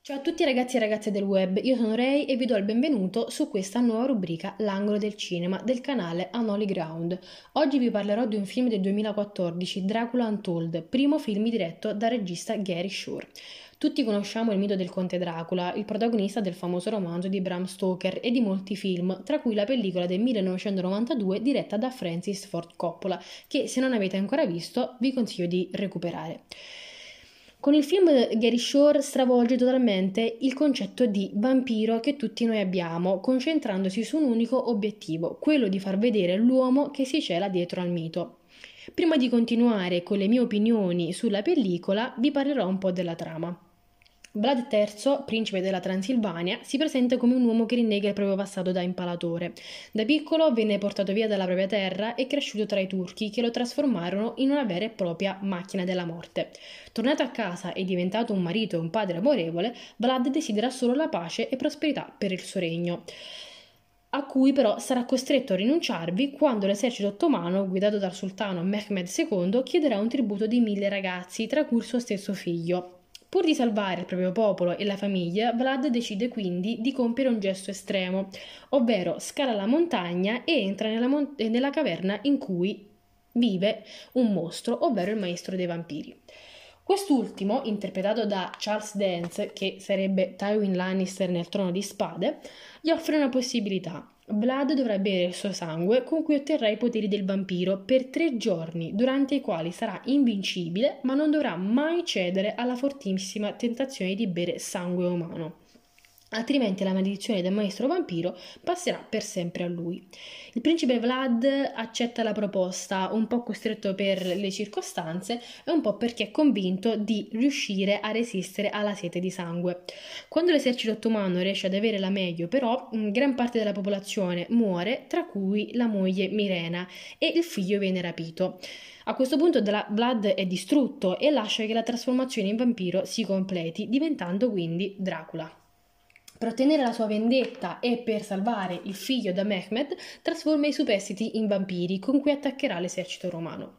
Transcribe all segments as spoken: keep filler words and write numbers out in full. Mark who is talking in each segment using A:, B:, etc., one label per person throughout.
A: Ciao a tutti ragazzi e ragazze del web, io sono Ray e vi do il benvenuto su questa nuova rubrica L'angolo del cinema del canale Unholy Ground. Oggi vi parlerò di un film del duemilaquattordici, Dracula Untold, primo film diretto dal regista Gary Shore. Tutti conosciamo il mito del conte Dracula, il protagonista del famoso romanzo di Bram Stoker e di molti film, tra cui la pellicola del millenovecentonovantadue diretta da Francis Ford Coppola, che se non avete ancora visto vi consiglio di recuperare. Con il film Gary Shore stravolge totalmente il concetto di vampiro che tutti noi abbiamo, concentrandosi su un unico obiettivo, quello di far vedere l'uomo che si cela dietro al mito. Prima di continuare con le mie opinioni sulla pellicola, vi parlerò un po' della trama. Vlad terzo, principe della Transilvania, si presenta come un uomo che rinnega il proprio passato da impalatore. Da piccolo venne portato via dalla propria terra e cresciuto tra i turchi che lo trasformarono in una vera e propria macchina della morte. Tornato a casa e diventato un marito e un padre amorevole, Vlad desidera solo la pace e prosperità per il suo regno, a cui però sarà costretto a rinunciarvi quando l'esercito ottomano, guidato dal sultano Mehmed secondo, chiederà un tributo di mille ragazzi, tra cui il suo stesso figlio. Pur di salvare il proprio popolo e la famiglia, Vlad decide quindi di compiere un gesto estremo, ovvero scala la montagna e entra nella, mon- nella caverna in cui vive un mostro, ovvero il maestro dei vampiri. Quest'ultimo, interpretato da Charles Dance, che sarebbe Tywin Lannister nel Trono di Spade, gli offre una possibilità. Vlad dovrà bere il suo sangue con cui otterrà i poteri del vampiro per tre giorni, durante i quali sarà invincibile, ma non dovrà mai cedere alla fortissima tentazione di bere sangue umano. Altrimenti la maledizione del maestro vampiro passerà per sempre a lui. Il principe Vlad accetta la proposta, un po' costretto per le circostanze e un po' perché è convinto di riuscire a resistere alla sete di sangue. Quando l'esercito ottomano riesce ad avere la meglio, però, gran parte della popolazione muore, tra cui la moglie Mirena, e il figlio viene rapito. A questo punto Vlad è distrutto e lascia che la trasformazione in vampiro si completi, diventando quindi Dracula. Per ottenere la sua vendetta e per salvare il figlio da Mehmed, trasforma i superstiti in vampiri con cui attaccherà l'esercito romano.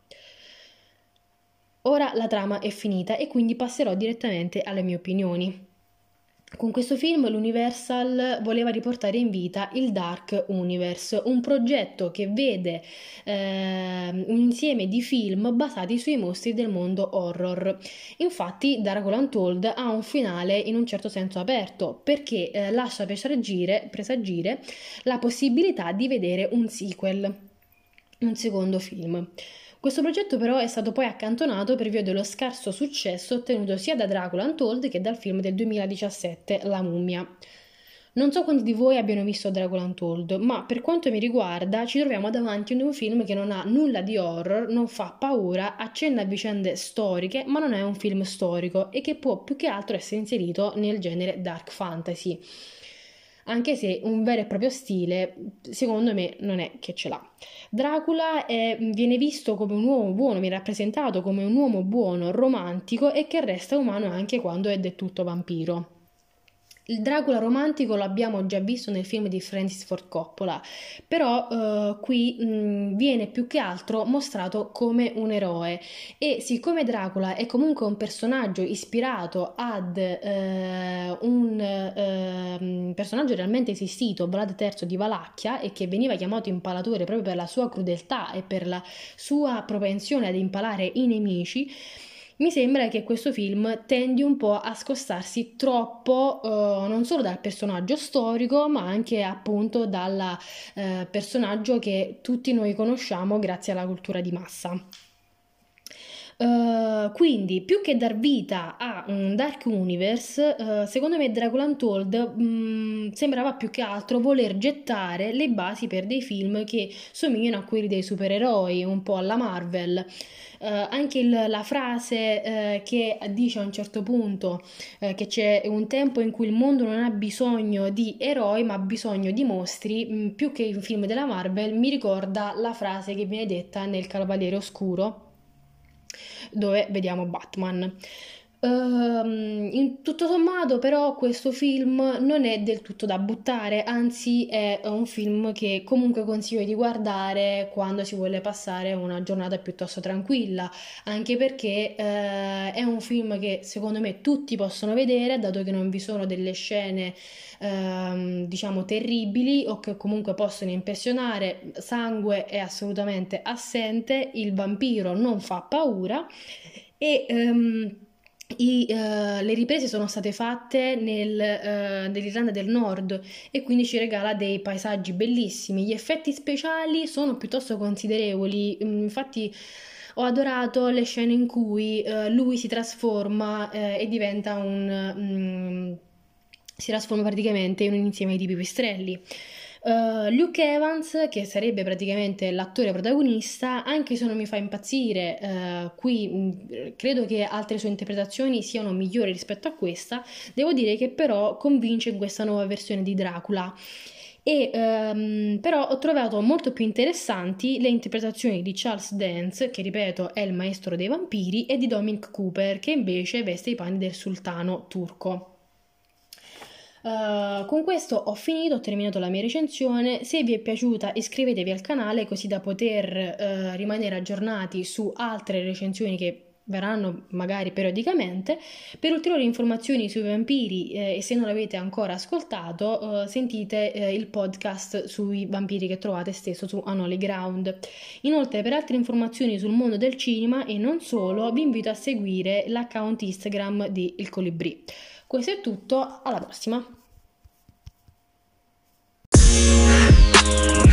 A: Ora la trama è finita e quindi passerò direttamente alle mie opinioni. Con questo film l'Universal voleva riportare in vita il Dark Universe, un progetto che vede eh, un insieme di film basati sui mostri del mondo horror. Infatti Dracula Untold ha un finale in un certo senso aperto, perché eh, lascia presagire, presagire la possibilità di vedere un sequel, un secondo film. Questo progetto però è stato poi accantonato per via dello scarso successo ottenuto sia da Dracula Untold che dal film del duemiladiciassette La mummia. Non so quanti di voi abbiano visto Dracula Untold, ma per quanto mi riguarda ci troviamo davanti ad un film che non ha nulla di horror, non fa paura, accenna a vicende storiche, ma non è un film storico e che può più che altro essere inserito nel genere dark fantasy. Anche se un vero e proprio stile, secondo me, non è che ce l'ha. Dracula è, viene visto come un uomo buono, viene rappresentato come un uomo buono, romantico e che resta umano anche quando è del tutto vampiro. Il Dracula romantico lo abbiamo già visto nel film di Francis Ford Coppola, però eh, qui mh, viene più che altro mostrato come un eroe e siccome Dracula è comunque un personaggio ispirato ad eh, un eh, personaggio realmente esistito, Vlad terzo di Valacchia, e che veniva chiamato impalatore proprio per la sua crudeltà e per la sua propensione ad impalare i nemici, mi sembra che questo film tendi un po' a scostarsi troppo eh, non solo dal personaggio storico, ma anche appunto dal eh, personaggio che tutti noi conosciamo grazie alla cultura di massa. Uh, quindi più che dar vita a un Dark Universe, uh, secondo me Dracula Untold mh, sembrava più che altro voler gettare le basi per dei film che somigliano a quelli dei supereroi, un po' alla Marvel. Uh, anche il, la frase uh, che dice a un certo punto uh, che c'è un tempo in cui il mondo non ha bisogno di eroi ma ha bisogno di mostri, mh, più che i film della Marvel, mi ricorda la frase che viene detta nel Cavaliere Oscuro, dove vediamo Batman. Ehm, in tutto sommato, però, questo film non è del tutto da buttare, anzi è un film che comunque consiglio di guardare quando si vuole passare una giornata piuttosto tranquilla, anche perché eh, è un film che secondo me tutti possono vedere, dato che non vi sono delle scene ehm, diciamo terribili o che comunque possono impressionare. Sangue è assolutamente assente, il vampiro non fa paura e ehm, i, eh, le riprese sono state fatte nel, eh, nell'Irlanda del Nord e quindi ci regala dei paesaggi bellissimi. Gli effetti speciali sono piuttosto considerevoli, mm, infatti ho adorato le scene in cui eh, lui si trasforma eh, e diventa un... mm, si trasforma praticamente in un insieme di pipistrelli. Uh, Luke Evans, che sarebbe praticamente l'attore protagonista, anche se non mi fa impazzire, uh, qui mh, credo che altre sue interpretazioni siano migliori rispetto a questa, devo dire che però convince in questa nuova versione di Dracula. E ehm, però ho trovato molto più interessanti le interpretazioni di Charles Dance, che ripeto è il maestro dei vampiri, e di Dominic Cooper, che invece veste i panni del sultano turco. Uh, con questo ho finito, ho terminato la mia recensione. Se vi è piaciuta iscrivetevi al canale così da poter uh, rimanere aggiornati su altre recensioni che verranno magari periodicamente. Per ulteriori informazioni sui vampiri eh, e se non l'avete ancora ascoltato eh, sentite eh, il podcast sui vampiri che trovate stesso su Unholy Ground. Inoltre per altre informazioni sul mondo del cinema e non solo vi invito a seguire l'account Instagram di Il Colibrì. Questo è tutto, alla prossima!